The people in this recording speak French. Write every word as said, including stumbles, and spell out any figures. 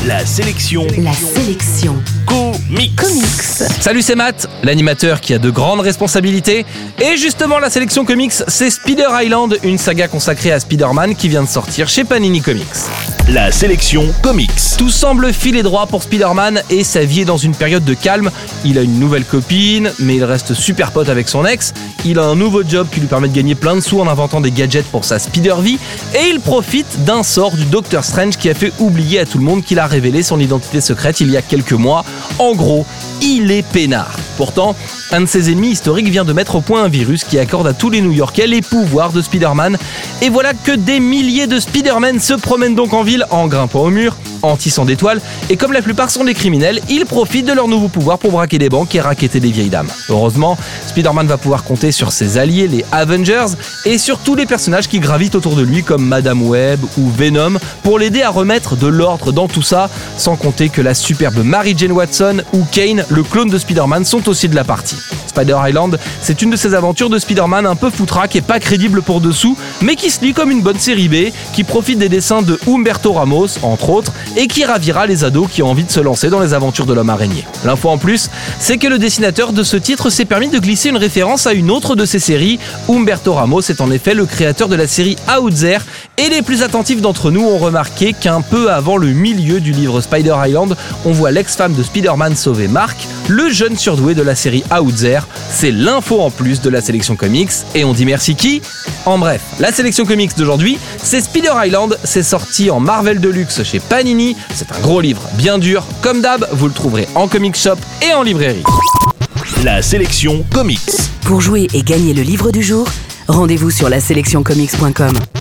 La sélection. La sélection. Comics. Comics. Salut, c'est Matt, l'animateur qui a de grandes responsabilités. Et justement, la sélection comics, c'est Spider Island, une saga consacrée à Spider-Man qui vient de sortir chez Panini Comics. La sélection comics. Tout semble filer droit pour Spider-Man et sa vie est dans une période de calme. Il a une nouvelle copine, mais il reste super pote avec son ex. Il a un nouveau job qui lui permet de gagner plein de sous en inventant des gadgets pour sa Spider-Vie. Et il profite d'un sort du Docteur Strange qui a fait oublier à tout le monde qu'il a révélé son identité secrète il y a quelques mois. En gros, il est peinard. Pourtant, un de ses ennemis historiques vient de mettre au point un virus qui accorde à tous les New-Yorkais les pouvoirs de Spider-Man. Et voilà que des milliers de Spider-Man se promènent donc en ville en grimpant au mur, en tissant des toiles, et comme la plupart sont des criminels, ils profitent de leur nouveau pouvoir pour braquer des banques et racketter des vieilles dames. Heureusement, Spider-Man va pouvoir compter sur ses alliés, les Avengers, et sur tous les personnages qui gravitent autour de lui comme Madame Web ou Venom, pour l'aider à remettre de l'ordre dans tout ça, sans compter que la superbe Mary Jane Watson ou Kane, le clone de Spider-Man, sont aussi de la partie. Spider Island, c'est une de ces aventures de Spider-Man un peu foutraque et pas crédible pour dessous, mais qui se lit comme une bonne série B, qui profite des dessins de Humberto Ramos, entre autres, et qui ravira les ados qui ont envie de se lancer dans les aventures de l'homme araignée. L'info en plus, c'est que le dessinateur de ce titre s'est permis de glisser une référence à une autre de ses séries. Humberto Ramos est en effet le créateur de la série Out There, et les plus attentifs d'entre nous ont remarqué qu'un peu avant le milieu du livre Spider Island, on voit l'ex-femme de Spider-Man sauver Mark, le jeune surdoué de la série Out There. C'est l'info en plus de la sélection comics, et on dit merci qui ? En bref, la sélection comics d'aujourd'hui, c'est Spider Island, c'est sorti en Marvel Deluxe chez Panini, c'est un gros livre bien dur, comme d'hab, vous le trouverez en comic shop et en librairie. La sélection comics. Pour jouer et gagner le livre du jour, rendez-vous sur la sélection comics point com.